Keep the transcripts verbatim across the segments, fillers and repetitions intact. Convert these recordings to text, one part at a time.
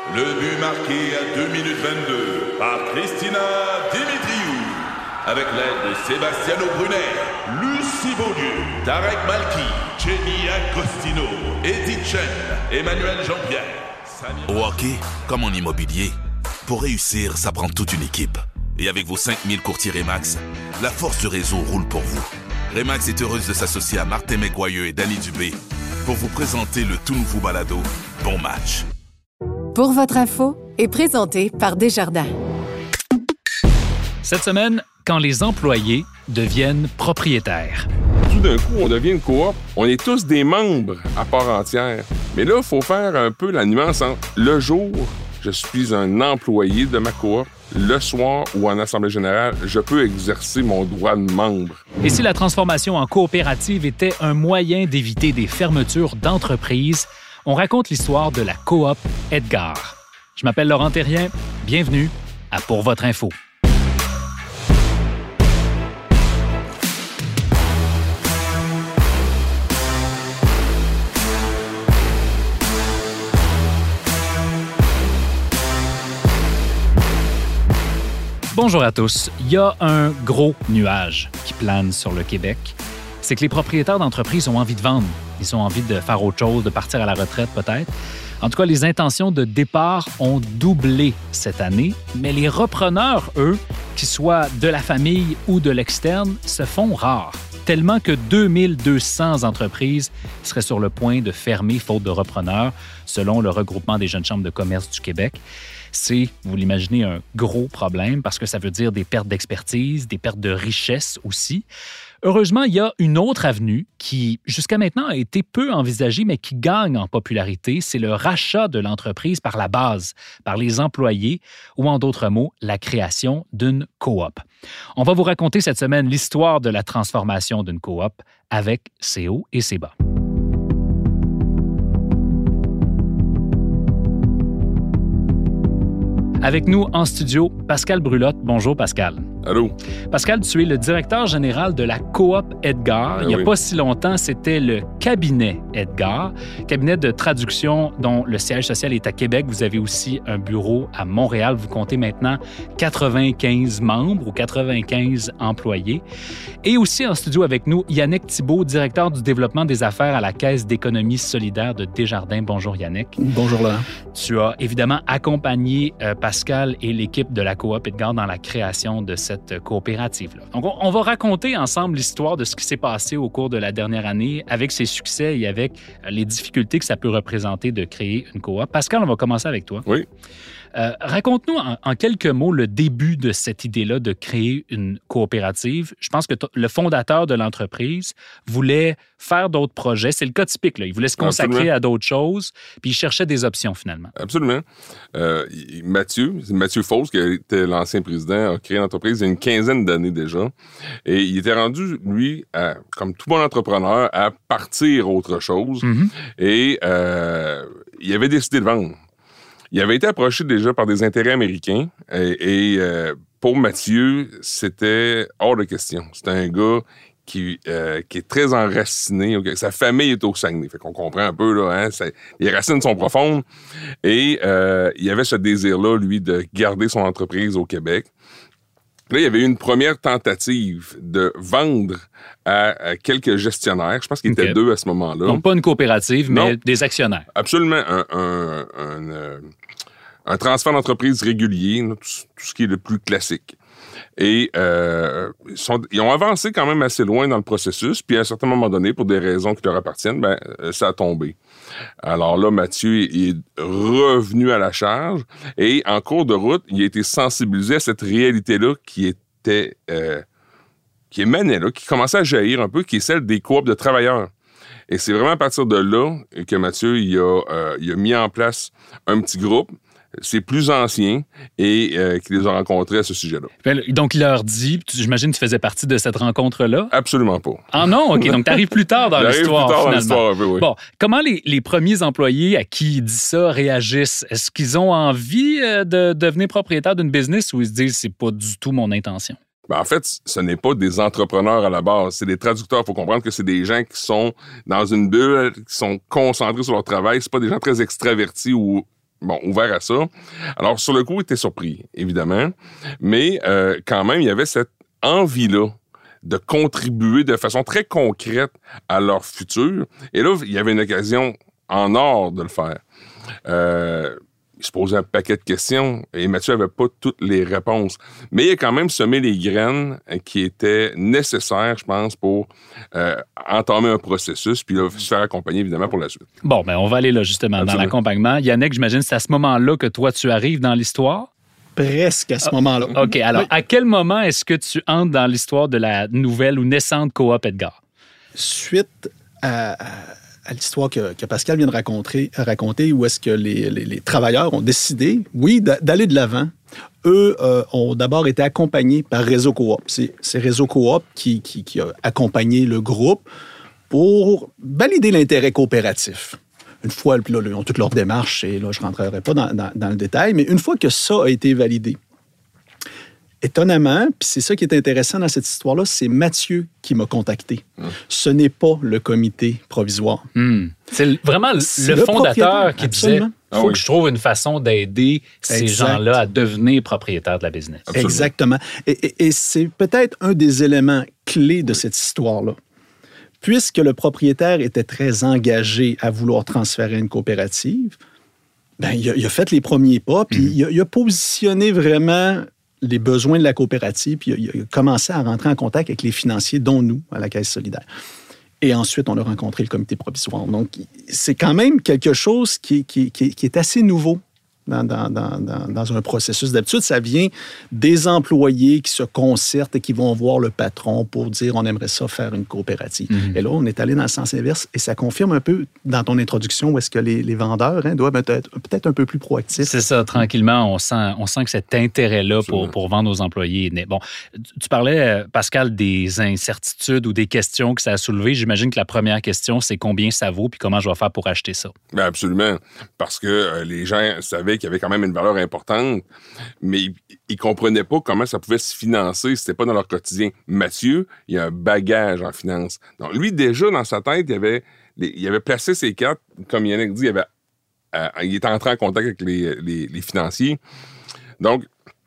Le but marqué à deux minutes vingt-deux par Christina Dimitriou. Avec l'aide de Sebastiano Brunet, Lucie Beaulieu, Tarek Malki, Jenny Agostino, Edith Chen, Emmanuel Jean-Pierre. Samir... Au hockey, comme en immobilier, pour réussir, ça prend toute une équipe. Et avec vos cinq mille courtiers Remax, la force du réseau roule pour vous. Remax est heureuse de s'associer à Martin McGuire et Danny Dubé pour vous présenter le tout nouveau balado Bon Match. Pour votre info est présenté par Desjardins. Cette semaine, quand les employés deviennent propriétaires. Tout d'un coup, on devient une coop. On est tous des membres à part entière. Mais là, il faut faire un peu la nuance entre le jour, je suis un employé de ma coop. Le soir ou en assemblée générale, je peux exercer mon droit de membre. Et si la transformation en coopérative était un moyen d'éviter des fermetures d'entreprises, on raconte l'histoire de la coop Edgar. Je m'appelle Laurent Thérien. Bienvenue à Pour votre info. Bonjour à tous. Il y a un gros nuage qui plane sur le Québec. C'est que les propriétaires d'entreprises ont envie de vendre. Ils ont envie de faire autre chose, de partir à la retraite peut-être. En tout cas, les intentions de départ ont doublé cette année, mais les repreneurs, eux, qu'ils soient de la famille ou de l'externe, se font rares. Tellement que deux mille deux cents entreprises seraient sur le point de fermer faute de repreneurs, selon le regroupement des jeunes chambres de commerce du Québec. C'est, vous l'imaginez, un gros problème parce que ça veut dire des pertes d'expertise, des pertes de richesse aussi. Heureusement, il y a une autre avenue qui, jusqu'à maintenant, a été peu envisagée, mais qui gagne en popularité. C'est le rachat de l'entreprise par la base, par les employés, ou en d'autres mots, la création d'une coop. On va vous raconter cette semaine l'histoire de la transformation d'une coop avec ses hauts et ses bas. Avec nous en studio, Pascal Brulotte. Bonjour, Pascal. Allô? Pascal, tu es le directeur général de la coop Edgar. Ah, Il n'y a oui. pas si longtemps, c'était le cabinet Edgar, cabinet de traduction dont le siège social est à Québec. Vous avez aussi un bureau à Montréal. Vous comptez maintenant quatre-vingt-quinze membres ou quatre-vingt-quinze employés. Et aussi en studio avec nous, Yannick Thibault, directeur du développement des affaires à la Caisse d'économie solidaire de Desjardins. Bonjour, Yannick. Bonjour, Laurent. Tu as évidemment accompagné euh, Pascal et l'équipe de la coop Edgar dans la création de cette coopérative-là. Donc, on, on va raconter ensemble l'histoire de ce qui s'est passé au cours de la dernière année avec ses succès et avec euh, les difficultés que ça peut représenter de créer une coop. Pascal, on va commencer avec toi. Oui. Euh, raconte-nous en, en quelques mots le début de cette idée-là de créer une coopérative. Je pense que t- le fondateur de l'entreprise voulait faire d'autres projets. C'est le cas typique, là. Il voulait se consacrer Absolument. à d'autres choses, puis il cherchait des options finalement. Absolument. Euh, Mathieu, c'est Mathieu Fausse, qui était l'ancien président, a créé l'entreprise il y a une quinzaine d'années déjà. Et il était rendu, lui, à, comme tout bon entrepreneur, à partir autre chose. Mm-hmm. Et euh, il avait décidé de vendre. Il avait été approché déjà par des intérêts américains et, et euh, pour Mathieu, c'était hors de question. C'était un gars qui, euh, qui est très enraciné. Okay? Sa famille est au Saguenay. Fait qu'on comprend un peu, là, hein? C'est, les racines sont profondes. Et euh, il avait ce désir-là, lui, de garder son entreprise au Québec. Là, il y avait eu une première tentative de vendre à, à quelques gestionnaires. Je pense qu'il Okay. était deux à ce moment-là. Donc, pas une coopérative, mais Non. des actionnaires. Absolument. Un, un, un, euh, un transfert d'entreprise régulier, là, tout, tout ce qui est le plus classique. Et euh, ils, sont, ils ont avancé quand même assez loin dans le processus, puis à un certain moment donné, pour des raisons qui leur appartiennent, ben, ça a tombé. Alors là, Mathieu est revenu à la charge et en cours de route, il a été sensibilisé à cette réalité-là qui était... Euh, qui émanait là, qui commençait à jaillir un peu, qui est celle des coops de travailleurs. Et c'est vraiment à partir de là que Mathieu il a, euh, il a mis en place un petit groupe, c'est plus ancien, et euh, qui les a rencontrés à ce sujet-là. Donc, il leur dit, j'imagine que tu faisais partie de cette rencontre-là? Absolument pas. Ah non? OK, donc tu arrives plus tard dans J'arrive l'histoire, plus tard finalement. dans l'histoire, un peu, oui. Bon, comment les, les premiers employés à qui il dit ça réagissent? Est-ce qu'ils ont envie euh, de devenir propriétaires d'une business ou ils se disent « c'est pas du tout mon intention » ? Ben en fait, ce n'est pas des entrepreneurs à la base, c'est des traducteurs. Il faut comprendre que c'est des gens qui sont dans une bulle, qui sont concentrés sur leur travail. C'est pas des gens très extravertis ou bon, ouvert à ça. Alors, sur le coup, il était surpris, évidemment, mais euh, quand même, il y avait cette envie-là de contribuer de façon très concrète à leur futur. Et là, il y avait une occasion en or de le faire. Euh, il se posait un paquet de questions et Mathieu n'avait pas toutes les réponses. Mais il a quand même semé les graines qui étaient nécessaires, je pense, pour euh, entamer un processus puis là, se faire accompagner, évidemment, pour la suite. Bon, ben on va aller là, justement, Absolument. Dans l'accompagnement. Yannick, j'imagine c'est à ce moment-là que toi, tu arrives dans l'histoire? Presque à ce ah, moment-là. OK. Alors, oui. À quel moment est-ce que tu entres dans l'histoire de la nouvelle ou naissante Coop Edgar? Suite à, à l'histoire que, que Pascal vient de raconter, raconter où est-ce que les, les, les travailleurs ont décidé, oui, d'aller de l'avant. Eux euh, ont d'abord été accompagnés par Réseau Coop. C'est, c'est Réseau Coop qui, qui, qui a accompagné le groupe pour valider l'intérêt coopératif. Une fois, puis là, ils ont toutes leurs démarches, et là, je ne rentrerai pas dans, dans, dans le détail, mais une fois que ça a été validé, étonnamment, puis c'est ça qui est intéressant dans cette histoire-là, c'est Mathieu qui m'a contacté. Mmh. Ce n'est pas le comité provisoire. Mmh. C'est vraiment c'est le, le fondateur qui disait « il faut ah oui. que je trouve une façon d'aider ces exact. gens-là à devenir propriétaires de la business. » Exactement. Et, et, et c'est peut-être un des éléments clés de cette histoire-là. Puisque le propriétaire était très engagé à vouloir transférer une coopérative, ben, il, a, il a fait les premiers pas, puis mmh. il, a, il a positionné vraiment les besoins de la coopérative, puis il a, il a commencé à rentrer en contact avec les financiers, dont nous, à la Caisse solidaire. Et ensuite, on a rencontré le comité provisoire. Donc, c'est quand même quelque chose qui, qui, qui, qui est assez nouveau Dans, dans, dans, dans un processus. D'habitude, ça vient des employés qui se concertent et qui vont voir le patron pour dire on aimerait ça faire une coopérative. Mm-hmm. Et là, on est allé dans le sens inverse et ça confirme un peu dans ton introduction où est-ce que les, les vendeurs hein, doivent être peut-être un peu plus proactifs. C'est ça, tranquillement, on sent, on sent que cet intérêt-là pour, pour vendre aux employés est né. Bon, tu parlais, Pascal, des incertitudes ou des questions que ça a soulevées. J'imagine que la première question, c'est combien ça vaut puis comment je vais faire pour acheter ça. Bien, absolument, parce que euh, les gens savaient qu'il y avait quand même une valeur importante, mais ils ne comprenaient pas comment ça pouvait se financer. C'était pas dans leur quotidien. Mathieu, il a un bagage en finance. Donc, lui, déjà, dans sa tête, il avait, il avait placé ses cartes, comme Yannick dit, il, avait, euh, il était entré en contact avec les, les, les financiers. Donc,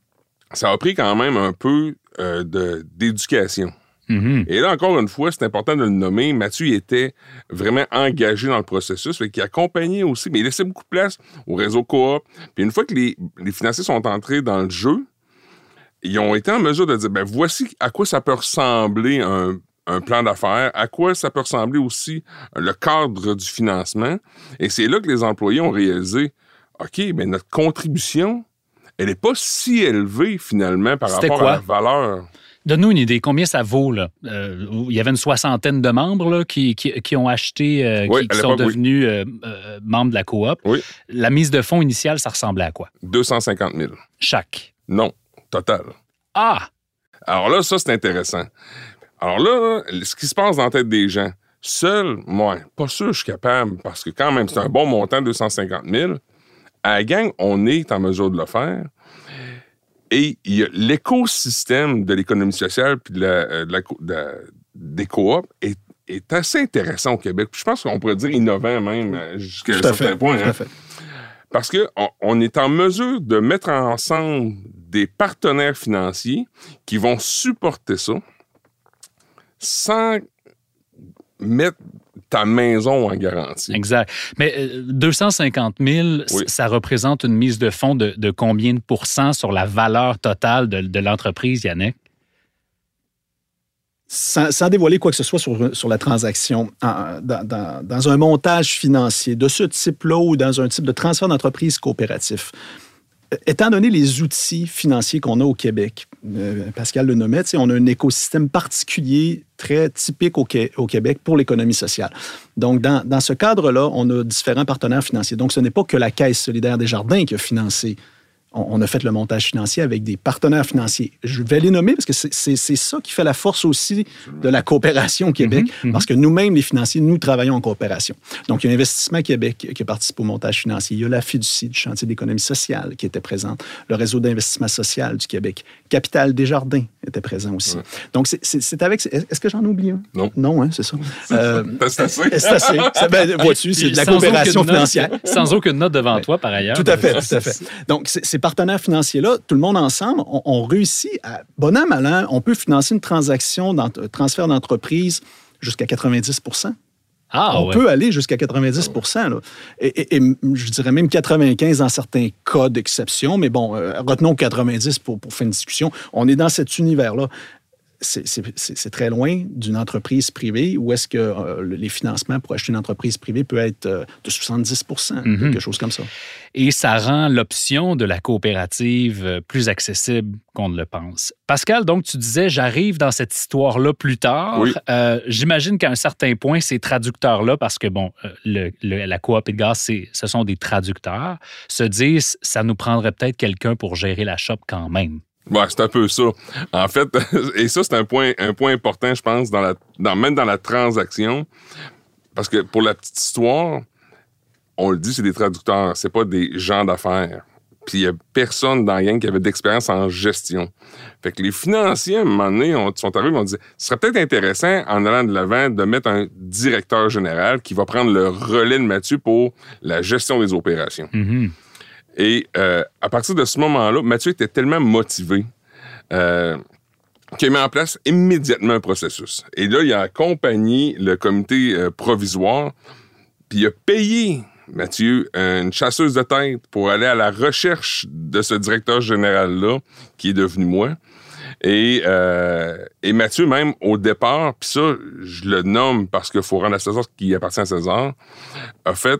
ça a pris quand même un peu euh, de, d'éducation. Mm-hmm. Et là, encore une fois, c'est important de le nommer. Mathieu, il était vraiment engagé dans le processus, fait qu'il accompagnait aussi, mais il laissait beaucoup de place au réseau Coop. Puis une fois que les, les financiers sont entrés dans le jeu, ils ont été en mesure de dire, ben voici à quoi ça peut ressembler un, un plan d'affaires, à quoi ça peut ressembler aussi le cadre du financement. Et c'est là que les employés ont réalisé, OK, ben notre contribution, elle n'est pas si élevée finalement par C'était rapport quoi? à la valeur. Donne-nous une idée. Combien ça vaut, là? Euh, il y avait une soixantaine de membres là, qui, qui, qui ont acheté, euh, oui, qui, qui sont devenus oui. euh, euh, membres de la coop. Oui. La mise de fonds initiale, ça ressemblait à quoi? deux cent cinquante mille. Chaque? Non, total. Ah! Alors là, ça, c'est intéressant. Alors là, ce qui se passe dans la tête des gens, seul, moi, pas sûr que je suis capable, parce que quand même, c'est un bon montant, deux cent cinquante mille. À la gang, on est en mesure de le faire. Et il y a l'écosystème de l'économie sociale puis de la, de la, de la, des coops est, est assez intéressant au Québec. Puis je pense qu'on pourrait dire innovant même jusqu'à un certain point. Hein? Parce qu'on on est en mesure de mettre ensemble des partenaires financiers qui vont supporter ça sans mettre ta maison en garantie. Exact. Mais euh, deux cent cinquante mille, oui. ça représente une mise de fonds de, de combien de pourcents sur la valeur totale de, de l'entreprise, Yannick? Sans, sans dévoiler quoi que ce soit sur, sur la transaction, en, dans, dans, dans un montage financier de ce type-là ou dans un type de transfert d'entreprise coopératif, étant donné les outils financiers qu'on a au Québec, euh, Pascal le nommait, on a un écosystème particulier, très typique au, au Québec pour l'économie sociale. Donc, dans, dans ce cadre-là, on a différents partenaires financiers. Donc, ce n'est pas que la Caisse solidaire des Jardins qui a financé. On, on a fait le montage financier avec des partenaires financiers. Je vais les nommer parce que c'est, c'est, c'est ça qui fait la force aussi de la coopération au Québec, mm-hmm, mm-hmm. parce que nous-mêmes, les financiers, nous travaillons en coopération. Donc, il y a Investissement Québec qui participe au montage financier. Il y a la Fiducie du chantier d'économie sociale qui était présente. Le Réseau d'investissement social du Québec. Capital Desjardins était présent aussi. Ouais. Donc, c'est, c'est, c'est avec... Est-ce que j'en oublie un? Non. Non, hein, c'est ça. Euh, c'est assez. c'est assez. Ça, ben, vois-tu, c'est de la Sans coopération aucune note- financière. Sans aucune note devant toi, par ailleurs. Tout à fait, tout à fait. Donc, c- ces partenaires financiers-là, tout le monde ensemble, on, on réussit à, bon an, mal an, on peut financer une transaction, d'ent- transfert d'entreprise jusqu'à quatre-vingt-dix pour cent. Ah, on ouais. peut aller jusqu'à quatre-vingt-dix pour cent. Là. Et, et, et je dirais même quatre-vingt-quinze dans certains cas d'exception, mais bon, euh, retenons quatre-vingt-dix pour, pour faire une discussion. On est dans cet univers-là. C'est, c'est, c'est, c'est très loin d'une entreprise privée où est-ce que euh, les financements pour acheter une entreprise privée peut être euh, de soixante-dix pour cent, Mm-hmm. quelque chose comme ça. Et ça rend l'option de la coopérative euh, plus accessible qu'on ne le pense. Pascal, donc tu disais, j'arrive dans cette histoire-là plus tard. Oui. Euh, j'imagine qu'à un certain point, ces traducteurs-là, parce que bon, euh, le, le- la coop et de gaz, c'est, ce sont des traducteurs, se disent, ça nous prendrait peut-être quelqu'un pour gérer la shop quand même. Ouais, c'est un peu ça. En fait, et ça, c'est un point, un point important, je pense, dans la, dans, même dans la transaction. Parce que pour la petite histoire, on le dit, c'est des traducteurs, c'est pas des gens d'affaires. Puis il y a personne dans la gang qui avait d'expérience en gestion. Fait que les financiers, à un moment donné, on, sont arrivés et on dit, ce serait peut-être intéressant, en allant de l'avant, de mettre un directeur général qui va prendre le relais de Mathieu pour la gestion des opérations. Mm-hmm. Et euh, à partir de ce moment-là, Mathieu était tellement motivé euh, qu'il a mis en place immédiatement un processus. Et là, il a accompagné le comité euh, provisoire, puis il a payé, Mathieu, une chasseuse de tête pour aller à la recherche de ce directeur général-là, qui est devenu moi. Et, euh, et Mathieu, même au départ, puis ça, je le nomme parce qu'il faut rendre à César ce qui appartient à César, a fait,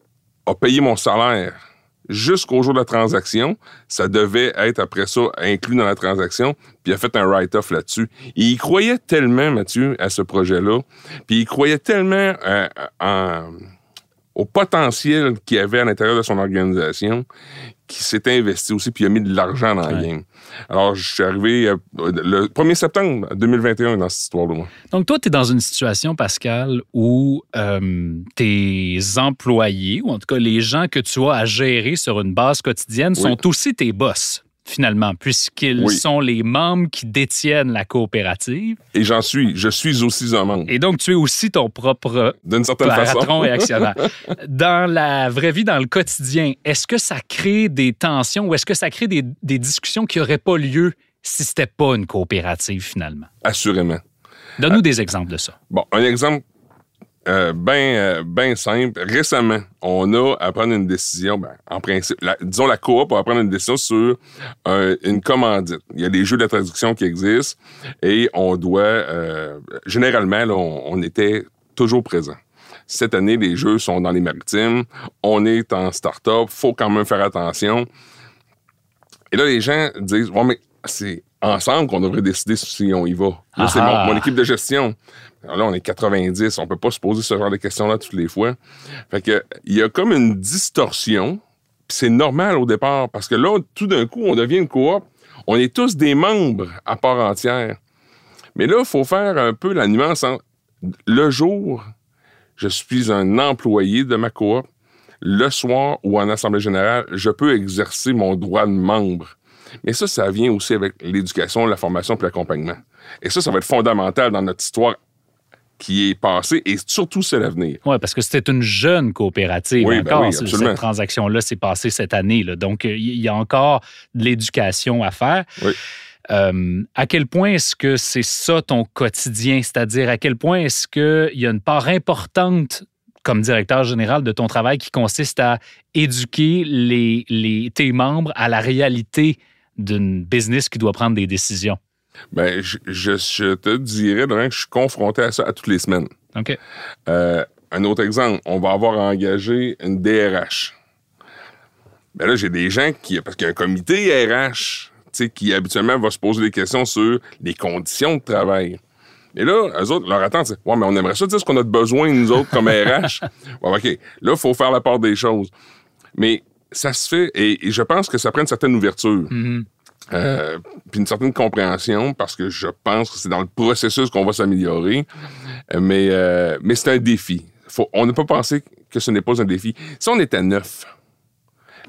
a payé mon salaire jusqu'au jour de la transaction. Ça devait être, après ça, inclus dans la transaction, puis il a fait un write-off là-dessus. Et il croyait tellement, Mathieu, à ce projet-là, puis il croyait tellement euh, en, au potentiel qu'il avait à l'intérieur de son organisation qu'il s'est investi aussi, puis il a mis de l'argent dans la Ouais. game. Alors, je suis arrivé euh, le premier septembre deux mille vingt et un dans cette histoire-là, moi. Donc, toi, tu es dans une situation, Pascal, où euh, tes employés, ou en tout cas les gens que tu as à gérer sur une base quotidienne, Oui. sont aussi tes boss, finalement, puisqu'ils Oui. sont les membres qui détiennent la coopérative. Et j'en suis, je suis aussi un membre, Et donc, tu es aussi ton propre d'une certaine façon. patron et actionnaire. Dans la vraie vie, dans le quotidien, est-ce que ça crée des tensions ou est-ce que ça crée des, des discussions qui n'auraient pas lieu si c'était pas une coopérative, finalement? Assurément. Donne-nous des exemples de ça. Bon, un exemple euh, bien euh, ben simple. Récemment, on a à prendre une décision, ben, en principe, la, disons la coop va prendre une décision sur un, une commandite. Il y a des jeux de traduction qui existent et on doit, euh, généralement, là, on, on était toujours présent. Cette année, les jeux sont dans les maritimes, on est en start-up, faut quand même faire attention. Et là, les gens disent, bon, mais c'est ensemble qu'on devrait décider si on y va. Là, c'est mon, mon équipe de gestion. Alors là, on est quatre-vingt-dix, on peut pas se poser ce genre de questions-là toutes les fois. Fait que, il y a comme une distorsion, puis c'est normal au départ, parce que là, tout d'un coup, on devient une coop, on est tous des membres à part entière. Mais là, il faut faire un peu la nuance entre le jour, je suis un employé de ma coop, le soir ou en assemblée générale, je peux exercer mon droit de membre. Mais ça, ça vient aussi avec l'éducation, la formation et l'accompagnement. Et ça, ça va être fondamental dans notre histoire qui est passée et surtout c'est l'avenir. Oui, parce que c'était une jeune coopérative. Oui, ben encore, oui, ce- absolument. cette transaction-là s'est passée cette année. Là. Donc, il y a encore de l'éducation à faire. Oui. Euh, à quel point est-ce que c'est ça ton quotidien? C'est-à-dire, à quel point est-ce qu'il y a une part importante comme directeur général de ton travail qui consiste à éduquer les, les, tes membres à la réalité d'une business qui doit prendre des décisions? Ben, je, je, je te dirais Laurent, que je suis confronté à ça à toutes les semaines. OK. Euh, un autre exemple, on va avoir engagé une D R H. Ben là, j'ai des gens qui... Parce qu'il y a un comité R H, tu sais, qui habituellement va se poser des questions sur les conditions de travail. Et là, eux autres, leur attente, c'est « Ouais, mais on aimerait ça dire ce qu'on a de besoin, nous autres, comme R H. » Ouais, OK. Là, il faut faire la part des choses. Mais ça se fait, et, et je pense que ça prend une certaine ouverture. Mm-hmm. Euh, puis une certaine compréhension, parce que je pense que c'est dans le processus qu'on va s'améliorer. Mais, euh, mais c'est un défi. Faut, on ne peut pas penser que ce n'est pas un défi. Si on était neuf,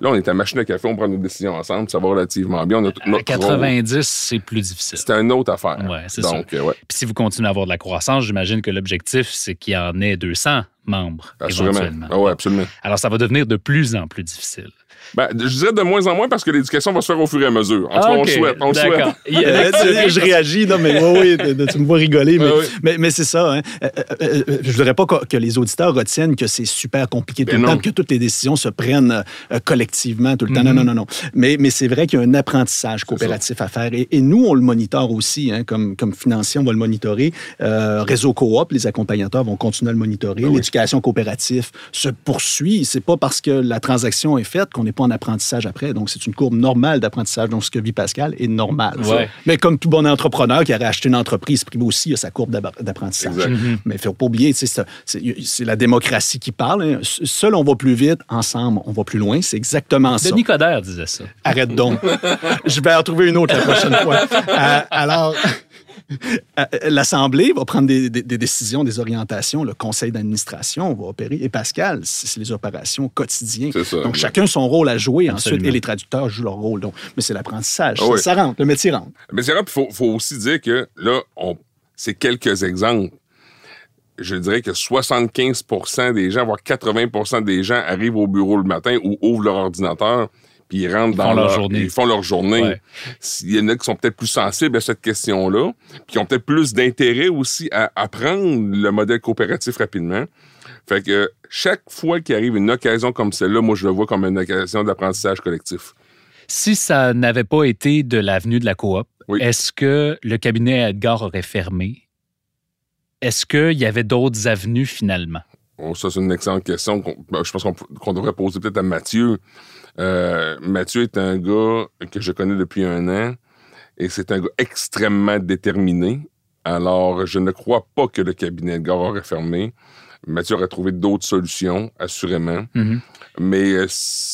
Là, on est à machine à café, on prend nos décisions ensemble, ça va relativement bien. On a tout notre À quatre-vingt-dix, rôle. C'est plus difficile. C'est une autre affaire. Ouais, c'est Donc, sûr. Euh, ouais. Puis si vous continuez à avoir de la croissance, j'imagine que l'objectif, c'est qu'il y en ait deux cents membres, Assurément. éventuellement. Ah oui, absolument. Alors, ça va devenir de plus en plus difficile. Ben, je dirais de moins en moins parce que l'éducation va se faire au fur et à mesure. En tout cas, ah, on okay. le souhaite. On le souhaite. Euh, je réagis, non, mais oui, oui, tu me vois rigoler, mais, ah, oui. mais, mais c'est ça. Hein. Euh, euh, je ne voudrais pas que, que les auditeurs retiennent que c'est super compliqué tout ben le non. temps, que toutes les décisions se prennent euh, collectivement tout le temps. Mm-hmm. Non, non, non, non. Mais, mais c'est vrai qu'il y a un apprentissage coopératif à faire. Et, et nous, on le monitore aussi, hein, comme, comme financier, on va le monitorer. Euh, réseau coop, les accompagnateurs vont continuer à le monitorer. Ben L'éducation oui. coopérative se poursuit. C'est pas parce que la transaction est faite qu'on n'est pas en apprentissage après. Donc, c'est une courbe normale d'apprentissage. Donc, ce que vit Pascal est normal. Ouais. Mais comme tout bon entrepreneur qui aurait acheté une entreprise privée aussi, il a sa courbe d'apprentissage. Mm-hmm. Mais il ne faut pas oublier, c'est, c'est la démocratie qui parle. Hein. Seul, on va plus vite. Ensemble, on va plus loin. C'est exactement ça. Denis Coderre disait ça. Arrête donc. Je vais en trouver une autre la prochaine fois. Euh, alors... L'Assemblée va prendre des, des, des décisions, des orientations. Le conseil d'administration va opérer. Et Pascal, c'est les opérations quotidiennes. Ça, donc, oui. chacun son rôle à jouer Absolument. ensuite. Et les traducteurs jouent leur rôle. Donc, mais c'est l'apprentissage. Ah oui. ça, ça rentre. Le métier rentre. Mais c'est vrai, il faut, faut aussi dire que là, on, c'est quelques exemples. Je dirais que soixante-quinze pour cent des gens, voire quatre-vingts pour cent des gens arrivent au bureau le matin ou ouvrent leur ordinateur puis ils rentrent ils dans leur, leur journée. Ils font leur journée. Ouais. Il y en a qui sont peut-être plus sensibles à cette question-là, puis qui ont peut-être plus d'intérêt aussi à apprendre le modèle coopératif rapidement. Fait que chaque fois qu'il arrive une occasion comme celle-là, moi, je le vois comme une occasion d'apprentissage collectif. Si ça n'avait pas été de l'avenue de la coop, oui. est-ce que le cabinet Edgar aurait fermé? Est-ce qu'il y avait d'autres avenues finalement? Oh, ça, c'est une excellente question. Qu'on, je pense qu'on, qu'on devrait poser peut-être à Mathieu. Euh, Mathieu est un gars que je connais depuis un an et c'est un gars extrêmement déterminé. Alors, je ne crois pas que le cabinet Edgar aurait fermé. Mathieu aurait trouvé d'autres solutions, assurément. Mm-hmm. Mais euh,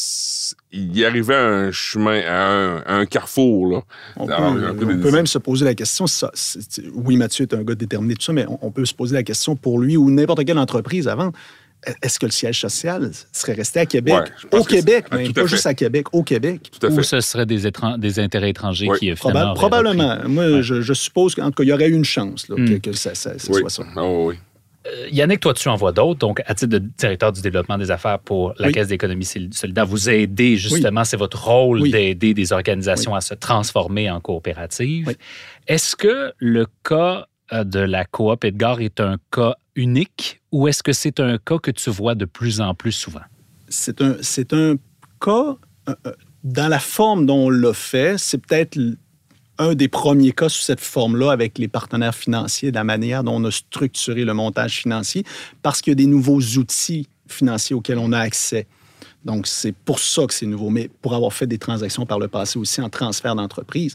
il y arrivait à un chemin, à un, à un carrefour. Là. On, Alors, peut, on des... peut même se poser la question, ça, c'est, c'est, oui, Mathieu est un gars déterminé, tout ça, mais on, on peut se poser la question pour lui ou n'importe quelle entreprise avant. Est-ce que le siège social serait resté à Québec? Ouais, au Québec, c'est... mais ah, pas juste à Québec, au Québec. Tout à fait. Ou ce serait des, étran... des intérêts étrangers oui. qui finalement Proba- Probablement. repris. Moi, ouais. je, je suppose qu'en tout cas, il y aurait eu une chance là, mm. que, que ça, ça, ça oui. soit ça. Oh, oui. Euh, Yannick, toi, tu en vois d'autres. Donc, à titre de directeur du développement des affaires pour la oui. Caisse d'économie solidaire, vous aidez justement, oui. c'est votre rôle oui. d'aider des organisations oui. à se transformer en coopératives. Oui. Est-ce que le cas de la coop Edgar est un cas unique ou est-ce que c'est un cas que tu vois de plus en plus souvent? C'est un, c'est un cas, euh, dans la forme dont on l'a fait, c'est peut-être un des premiers cas sous cette forme-là avec les partenaires financiers, de la manière dont on a structuré le montage financier, parce qu'il y a des nouveaux outils financiers auxquels on a accès. Donc, c'est pour ça que c'est nouveau. Mais pour avoir fait des transactions par le passé aussi en transfert d'entreprise,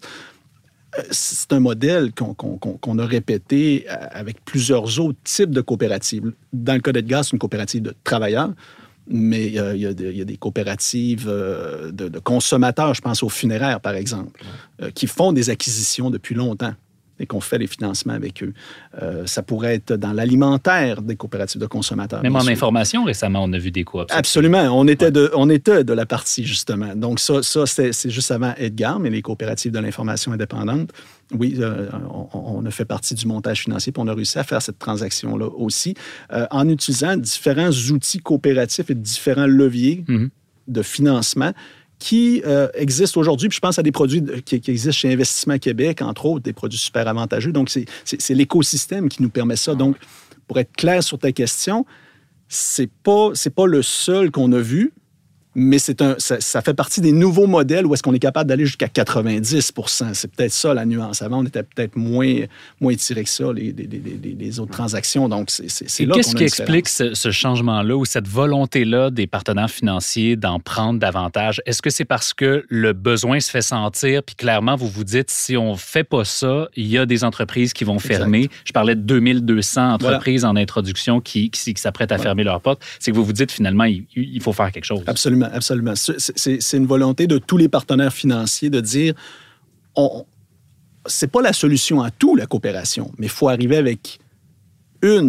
c'est un modèle qu'on, qu'on, qu'on a répété avec plusieurs autres types de coopératives. Dans le cas d'Edgar, c'est une coopérative de travailleurs, mais il y a, il y a, de, il y a des coopératives de, de consommateurs, je pense aux funéraires, par exemple, qui font des acquisitions depuis longtemps et qu'on fait les financements avec eux. Euh, ça pourrait être dans l'alimentaire des coopératives de consommateurs. Même en sûr. Information, récemment, on a vu des coops. Absolument. On était, ouais. de, on était de la partie, justement. Donc, ça, ça c'est, c'est juste avant Edgar, mais les coopératives de l'information indépendante, oui, euh, on, on a fait partie du montage financier, puis on a réussi à faire cette transaction-là aussi, euh, en utilisant différents outils coopératifs et différents leviers mm-hmm. de financement qui euh, existent aujourd'hui. Puis je pense à des produits de, qui, qui existent chez Investissement Québec, entre autres, des produits super avantageux. Donc, c'est, c'est, c'est l'écosystème qui nous permet ça. Donc, pour être clair sur ta question, c'est pas, c'est pas le seul qu'on a vu, mais c'est un, ça, ça fait partie des nouveaux modèles où est-ce qu'on est capable d'aller jusqu'à quatre-vingt-dix pour cent. C'est peut-être ça la nuance. Avant, on était peut-être moins, moins étiré que ça, les, les, les, les autres transactions. Donc, c'est, c'est, c'est Et là qu'est-ce qu'on a qui une explique différence. ce, ce changement-là ou cette volonté-là des partenaires financiers d'en prendre davantage? Est-ce que c'est parce que le besoin se fait sentir, puis clairement, vous vous dites, si on ne fait pas ça, il y a des entreprises qui vont fermer. Exact. Je parlais de deux mille deux cents entreprises voilà. en introduction qui, qui, qui s'apprêtent à voilà. fermer leurs portes. C'est que vous vous dites, finalement, il, il faut faire quelque chose. Absolument, absolument. C'est, c'est, c'est une volonté de tous les partenaires financiers de dire, on, c'est pas la solution à tout, la coopération, mais il faut arriver avec une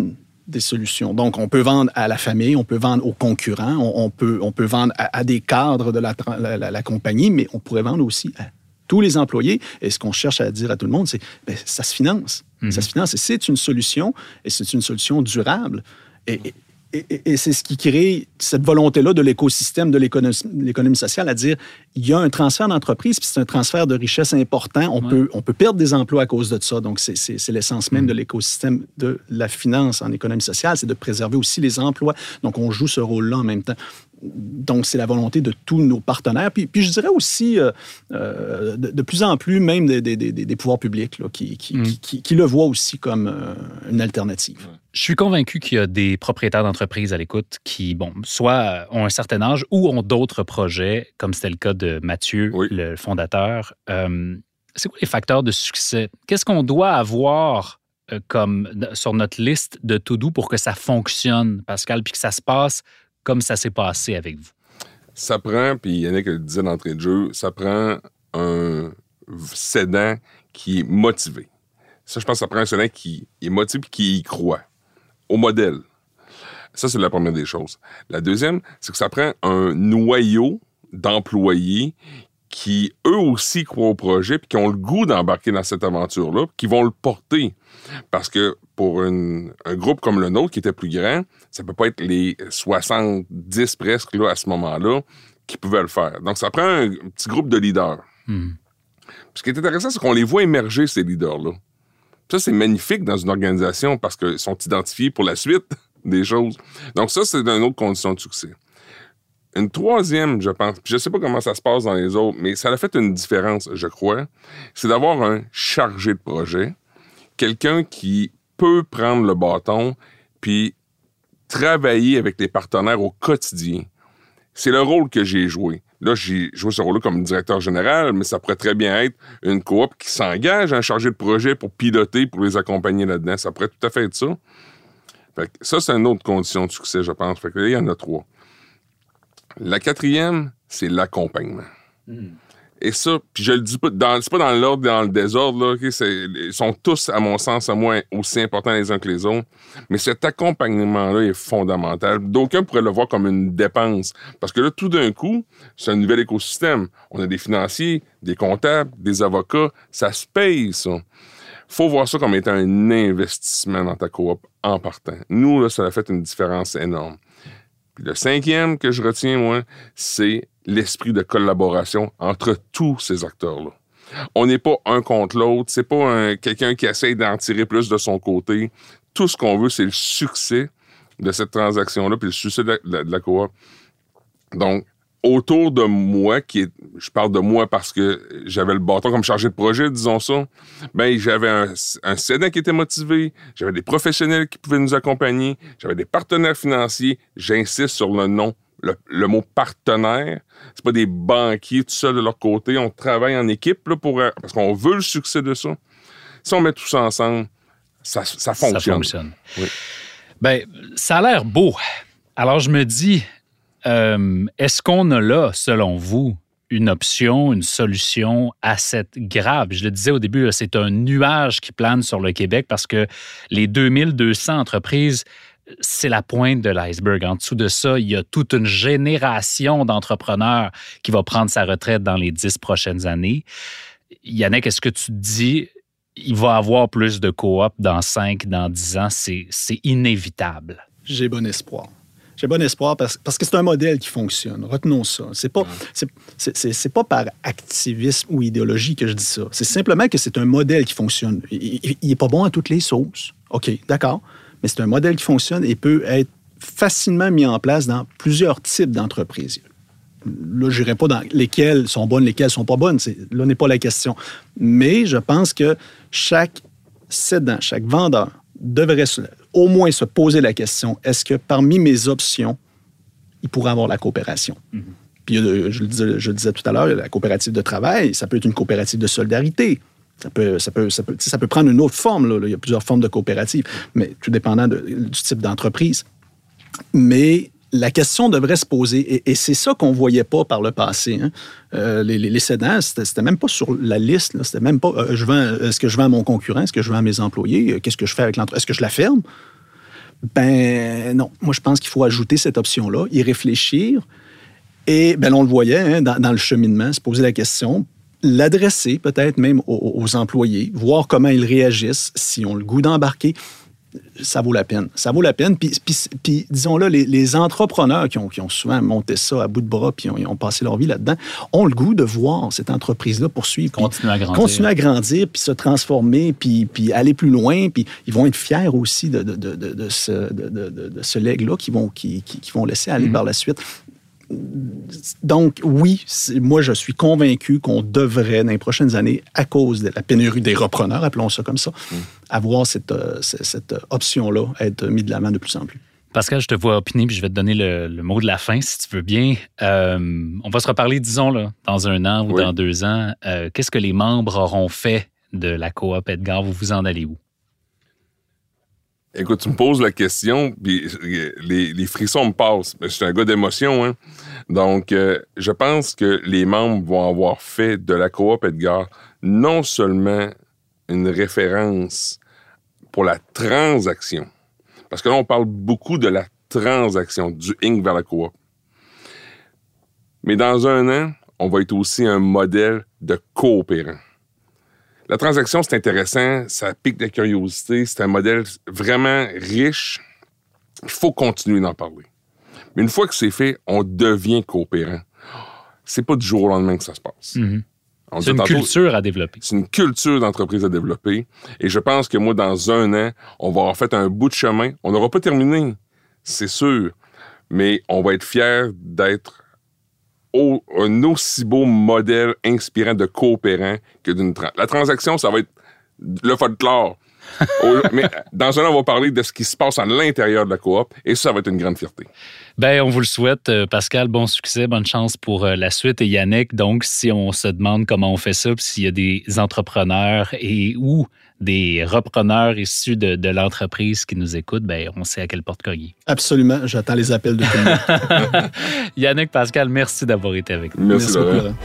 des solutions. Donc, on peut vendre à la famille, on peut vendre aux concurrents, on, on, peut, on peut vendre à, à des cadres de la, la, la, la compagnie, mais on pourrait vendre aussi à tous les employés. Et ce qu'on cherche à dire à tout le monde, c'est bien, ça se finance. Mm-hmm. Ça se finance et c'est une solution, et c'est une solution durable. Et, et, et, et c'est ce qui crée cette volonté-là de l'écosystème de l'économie, l'économie sociale, à dire il y a un transfert d'entreprise, puis c'est un transfert de richesse important. On, ouais. peut, on peut perdre des emplois à cause de ça. Donc, c'est, c'est, c'est l'essence même mm. de l'écosystème de la finance en économie sociale, c'est de préserver aussi les emplois. Donc, on joue ce rôle-là en même temps. Donc, c'est la volonté de tous nos partenaires. Puis, puis je dirais aussi, euh, euh, de, de plus en plus, même des, des, des, des pouvoirs publics là, qui, qui, mm. qui, qui, qui le voient aussi comme euh, une alternative. Je suis convaincu qu'il y a des propriétaires d'entreprises à l'écoute qui, bon, soit ont un certain âge ou ont d'autres projets, comme c'était le cas de Mathieu, oui. le fondateur. Euh, c'est quoi les facteurs de succès? Qu'est-ce qu'on doit avoir euh, comme, sur notre liste de to-do pour que ça fonctionne, Pascal, puis que ça se passe comme ça s'est passé avec vous? Ça prend, puis Yannick le disait d'entrée de jeu, ça prend un cédant qui est motivé. Ça, je pense que ça prend un cédant qui est motivé et qui y croit au modèle. Ça, c'est la première des choses. La deuxième, c'est que ça prend un noyau d'employés qui, eux aussi, croient au projet puis qui ont le goût d'embarquer dans cette aventure-là, qui vont le porter. Parce que pour une, un groupe comme le nôtre, qui était plus grand, ça peut pas être les soixante-dix presque là, à ce moment-là qui pouvaient le faire. Donc, ça prend un petit groupe de leaders. Mm. Ce qui est intéressant, c'est qu'on les voit émerger, ces leaders-là. Ça, c'est magnifique dans une organisation parce qu'ils sont identifiés pour la suite des choses. Donc, ça, c'est une autre condition de succès. Une troisième, je pense, je ne sais pas comment ça se passe dans les autres, mais ça a fait une différence, je crois, c'est d'avoir un chargé de projet, quelqu'un qui peut prendre le bâton puis travailler avec les partenaires au quotidien. C'est le rôle que j'ai joué. Là, j'ai joué ce rôle-là comme directeur général, mais ça pourrait très bien être une coop qui s'engage à un chargé de projet pour piloter, pour les accompagner là-dedans. Ça pourrait tout à fait être ça. Fait que ça, c'est une autre condition de succès, je pense. Fait que là, il y en a trois. La quatrième, c'est l'accompagnement. Mm. Et ça, puis je le dis pas, dans, c'est pas dans l'ordre, dans le désordre, là, okay, c'est, ils sont tous, à mon sens, à moi, aussi importants les uns que les autres. Mais cet accompagnement-là est fondamental. D'aucuns pourraient le voir comme une dépense. Parce que là, tout d'un coup, c'est un nouvel écosystème. On a des financiers, des comptables, des avocats. Ça se paye, ça. Faut voir ça comme étant un investissement dans ta coop en partant. Nous, là, ça a fait une différence énorme. Puis le cinquième que je retiens, moi, c'est l'esprit de collaboration entre tous ces acteurs-là. On n'est pas un contre l'autre. C'est pas un, quelqu'un qui essaie d'en tirer plus de son côté. Tout ce qu'on veut, c'est le succès de cette transaction-là puis le succès de la, de la coop. Donc, autour de moi, qui est, je parle de moi parce que j'avais le bâton comme chargé de projet, disons ça, ben j'avais un, un cédant qui était motivé, j'avais des professionnels qui pouvaient nous accompagner, j'avais des partenaires financiers, j'insiste sur le nom, le, le mot partenaire, c'est pas des banquiers tout seuls de leur côté, on travaille en équipe là, pour, parce qu'on veut le succès de ça. Si on met tout ça ensemble, ça, ça fonctionne. Ça fonctionne. Oui. Ben, ça a l'air beau. Alors je me dis, Euh, est-ce qu'on a là, selon vous, une option, une solution à cette grave? Je le disais au début, là, c'est un nuage qui plane sur le Québec parce que les deux mille deux cents entreprises, c'est la pointe de l'iceberg. En dessous de ça, il y a toute une génération d'entrepreneurs qui va prendre sa retraite dans les dix prochaines années. Yannick, est-ce que tu te dis il va y avoir plus de coop dans cinq, dans dix ans? C'est, c'est inévitable. J'ai bon espoir. J'ai bon espoir parce, parce que c'est un modèle qui fonctionne. Retenons ça. C'est pas, c'est, c'est, c'est, c'est pas par activisme ou idéologie que je dis ça. C'est simplement que c'est un modèle qui fonctionne. Il n'est pas bon à toutes les sauces. OK, d'accord. Mais c'est un modèle qui fonctionne et peut être facilement mis en place dans plusieurs types d'entreprises. Là, je n'irai pas dans lesquelles sont bonnes, lesquelles sont pas bonnes. C'est, là n'est pas la question. Mais je pense que chaque cédant, chaque vendeur devrait se, au moins se poser la question, est-ce que parmi mes options, il pourrait avoir la coopération? Mm-hmm. Puis, je le, disais, je le disais tout à l'heure, la coopérative de travail, ça peut être une coopérative de solidarité. Ça peut, ça peut, ça peut, ça peut prendre une autre forme. Là. Il y a plusieurs formes de coopérative, mais tout dépendant de, du type d'entreprise. Mais la question devrait se poser, et, et c'est ça qu'on ne voyait pas par le passé. Hein. Euh, les, les, les cédants, c'était, c'était même pas sur la liste. Là. C'était même pas, euh, je vends, est-ce que je vends à mon concurrent? Est-ce que je vends à mes employés? Qu'est-ce que je fais avec l'entreprise? Est-ce que je la ferme? Ben non. Moi, je pense qu'il faut ajouter cette option-là, y réfléchir. Et ben, on le voyait hein, dans, dans le cheminement, se poser la question, l'adresser peut-être même aux, aux employés, voir comment ils réagissent, si on le goût d'embarquer. Ça vaut la peine. Ça vaut la peine. Puis, puis, puis disons-le, les, les entrepreneurs qui ont, qui ont souvent monté ça à bout de bras puis ont, ils ont passé leur vie là-dedans, ont le goût de voir cette entreprise-là poursuivre. Continuer à grandir. Continuer à grandir, puis se transformer, puis, puis aller plus loin. Puis ils vont être fiers aussi de, de, de, de, de ce, de, de, de ce legs-là qu'ils vont, qui, qui, qui vont laisser aller mmh. par la suite. Donc, oui, moi, je suis convaincu qu'on devrait, dans les prochaines années, à cause de la pénurie des repreneurs, appelons ça comme ça, mmh. avoir cette, euh, cette option-là, être mis de l'avant de plus en plus. Pascal, je te vois opiner, puis je vais te donner le, le mot de la fin, si tu veux bien. Euh, on va se reparler, disons, là, dans un an ou oui. dans deux ans. Euh, qu'est-ce que les membres auront fait de la coop Edgar? Vous vous en allez où? Écoute, tu me poses la question, puis les, les frissons me passent. Je suis un gars d'émotion, hein? Donc, euh, je pense que les membres vont avoir fait de la coop Edgar non seulement une référence pour la transaction, parce que là, on parle beaucoup de la transaction, du Inc vers la coop. Mais dans un an, on va être aussi un modèle de coopérant. La transaction, c'est intéressant, ça pique la curiosité, c'est un modèle vraiment riche. Il faut continuer d'en parler. Mais une fois que c'est fait, on devient coopérant. C'est pas du jour au lendemain que ça se passe. Mm-hmm. C'est une tantôt, culture à développer. C'est une culture d'entreprise à développer. Et je pense que moi, dans un an, on va avoir fait un bout de chemin. On n'aura pas terminé, c'est sûr. Mais on va être fiers d'être Au, un aussi beau modèle inspirant de coopérant que d'une... Tra- la transaction, ça va être le folklore. Mais dans un an, on va parler de ce qui se passe à l'intérieur de la coop et ça, ça va être une grande fierté. Bien, on vous le souhaite, Pascal. Bon succès, bonne chance pour la suite. Et Yannick, donc, si on se demande comment on fait ça, puis s'il y a des entrepreneurs et ou des repreneurs issus de, de l'entreprise qui nous écoutent, bien, on sait à quelle porte cogner. Absolument. J'attends les appels de tout le monde. Yannick, Pascal, merci d'avoir été avec nous. Merci, merci beaucoup, Laurent.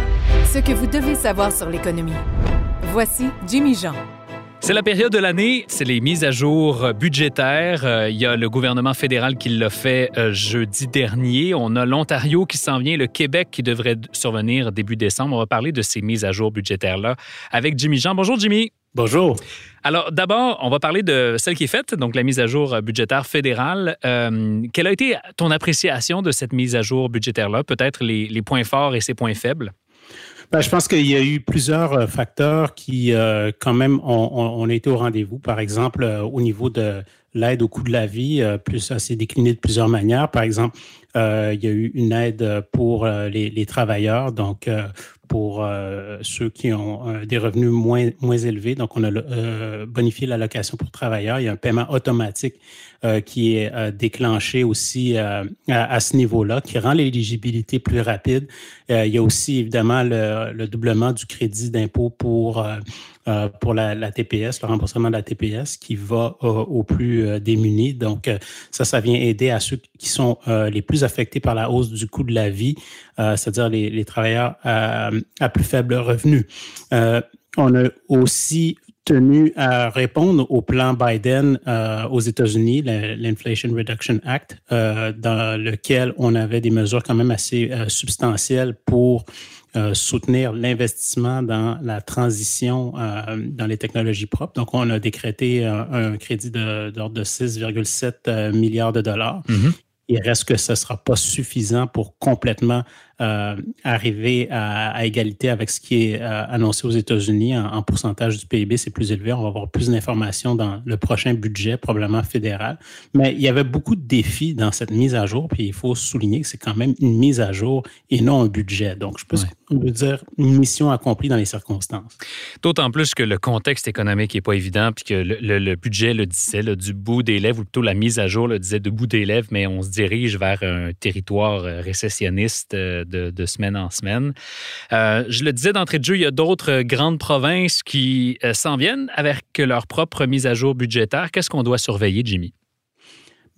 Ce que vous devez savoir sur l'économie. Voici Jimmy Jean. C'est la période de l'année, c'est les mises à jour budgétaires. Euh, il y a le gouvernement fédéral qui l'a fait euh, jeudi dernier. On a l'Ontario qui s'en vient, le Québec qui devrait survenir début décembre. On va parler de ces mises à jour budgétaires-là avec Jimmy Jean. Bonjour, Jimmy. Bonjour. Alors, d'abord, on va parler de celle qui est faite, donc la mise à jour budgétaire fédérale. Euh, quelle a été ton appréciation de cette mise à jour budgétaire-là? Peut-être les, les points forts et ses points faibles? Ben, je pense qu'il y a eu plusieurs facteurs qui, euh, quand même, ont, ont, ont été au rendez-vous. Par exemple, euh, au niveau de l'aide au coût de la vie, euh, plus ça s'est décliné de plusieurs manières. Par exemple, euh, il y a eu une aide pour euh, les, les travailleurs, donc euh, pour euh, ceux qui ont euh, des revenus moins, moins élevés. Donc, on a euh, bonifié l'allocation pour travailleurs. Il y a un paiement automatique euh, qui est euh, déclenché aussi euh, à, à ce niveau-là, qui rend l'éligibilité plus rapide. Euh, il y a aussi, évidemment, le, le doublement du crédit d'impôt pour, euh, euh, pour la, la T P S, le remboursement de la T P S qui va euh, aux plus euh, démunis. Donc, euh, ça, ça vient aider à ceux qui sont euh, les plus affectés par la hausse du coût de la vie, euh, c'est-à-dire les, les travailleurs à, à plus faible revenu. Euh, on a aussi tenu à répondre au plan Biden euh, aux États-Unis, l'Inflation Reduction Act, euh, dans lequel on avait des mesures quand même assez euh, substantielles pour euh, soutenir l'investissement dans la transition euh, dans les technologies propres. Donc, on a décrété un, un crédit de, d'ordre de six virgule sept milliards de dollars. Mm-hmm. Il reste que ce ne sera pas suffisant pour complètement euh, arriver à, à égalité avec ce qui est euh, annoncé aux États-Unis en, en pourcentage du P I B, c'est plus élevé. On va avoir plus d'informations dans le prochain budget, probablement fédéral. Mais il y avait beaucoup de défis dans cette mise à jour, puis il faut souligner que c'est quand même une mise à jour et non un budget. Donc, je pense ouais. qu'on peut dire une mission accomplie dans les circonstances. D'autant plus que le contexte économique n'est pas évident, puis que le, le, le budget le disait là, du bout des lèvres, ou plutôt la mise à jour le disait du bout des lèvres, mais on se dirige vers un territoire récessionniste de, de semaine en semaine. Euh, je le disais d'entrée de jeu, il y a d'autres grandes provinces qui euh, s'en viennent avec leur propre mise à jour budgétaire. Qu'est-ce qu'on doit surveiller, Jimmy?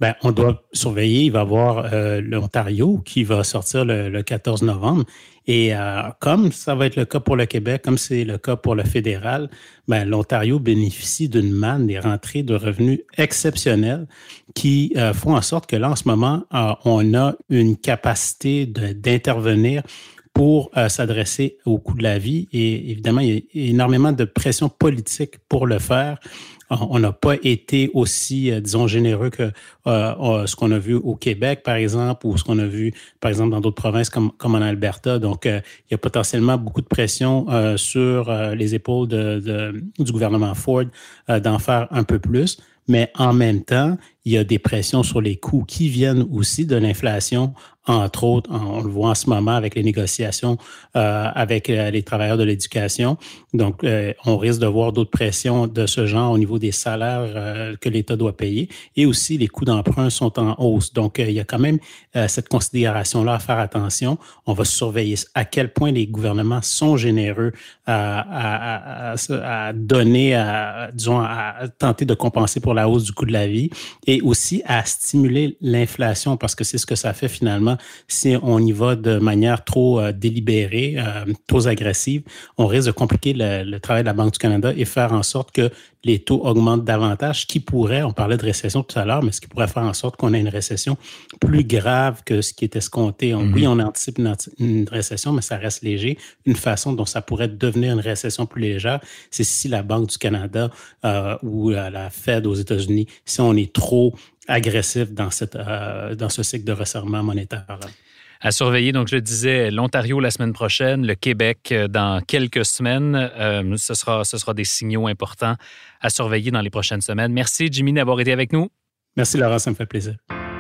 ben, on doit surveiller. Il va y avoir euh, l'Ontario qui va sortir le, le quatorze novembre. Et euh, comme ça va être le cas pour le Québec, comme c'est le cas pour le fédéral, ben, l'Ontario bénéficie d'une manne des rentrées de revenus exceptionnelles qui euh, font en sorte que là, en ce moment, euh, on a une capacité de, d'intervenir pour euh, s'adresser au coût de la vie. Et évidemment, il y a énormément de pression politique pour le faire. On n'a pas été aussi, euh, disons, généreux que euh, ce qu'on a vu au Québec, par exemple, ou ce qu'on a vu, par exemple, dans d'autres provinces comme, comme en Alberta. Donc, euh, il y a potentiellement beaucoup de pression euh, sur euh, les épaules de, de, du gouvernement Ford euh, d'en faire un peu plus. Mais en même temps, il y a des pressions sur les coûts qui viennent aussi de l'inflation, entre autres, on le voit en ce moment avec les négociations euh, avec euh, les travailleurs de l'éducation. Donc, euh, on risque de voir d'autres pressions de ce genre au niveau des salaires euh, que l'État doit payer. Et aussi, les coûts d'emprunt sont en hausse. Donc, euh, il y a quand même euh, cette considération-là à faire attention. On va surveiller à quel point les gouvernements sont généreux à, à, à, à donner, à, disons, à tenter de compenser pour la hausse du coût de la vie et aussi à stimuler l'inflation parce que c'est ce que ça fait finalement si on y va de manière trop euh, délibérée, euh, trop agressive. On risque de compliquer le, le travail de la Banque du Canada et faire en sorte que les taux augmentent davantage, ce qui pourrait, on parlait de récession tout à l'heure, mais ce qui pourrait faire en sorte qu'on ait une récession plus grave que ce qui est escompté. On, mm-hmm. Oui, on anticipe une, une récession, mais ça reste léger. Une façon dont ça pourrait devenir une récession plus légère, c'est si la Banque du Canada euh, ou la, la Fed aux États-Unis, si on est trop agressif dans, cette, euh, dans ce cycle de resserrement monétaire. À surveiller, donc je le disais, l'Ontario la semaine prochaine, le Québec dans quelques semaines. Euh, ce sera, ce sera des signaux importants à surveiller dans les prochaines semaines. Merci, Jimmy, d'avoir été avec nous. Merci, Laurent, ça me fait plaisir.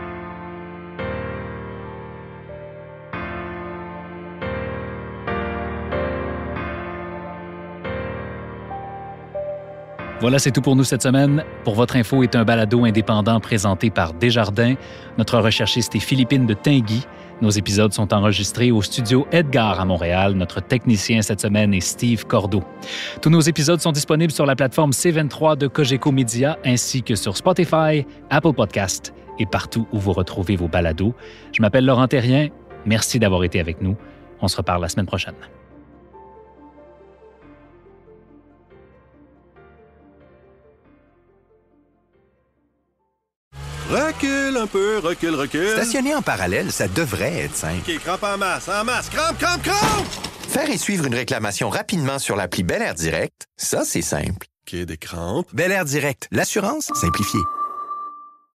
Voilà, c'est tout pour nous cette semaine. Pour votre info est un balado indépendant présenté par Desjardins. Notre recherchiste est Philippine de Tinguy. Nos épisodes sont enregistrés au studio Edgar à Montréal. Notre technicien cette semaine est Steve Cordeau. Tous nos épisodes sont disponibles sur la plateforme C vingt-trois de Cogeco Média ainsi que sur Spotify, Apple Podcasts et partout où vous retrouvez vos balados. Je m'appelle Laurent Terrien. Merci d'avoir été avec nous. On se reparle la semaine prochaine. Recule un peu, recule, recule. Stationner en parallèle, ça devrait être simple. OK, crampe en masse, en masse, crampe, crampe, crampe! Faire et suivre une réclamation rapidement sur l'appli Bel Air Direct, ça, c'est simple. OK, des crampes. Bel Air Direct, l'assurance simplifiée.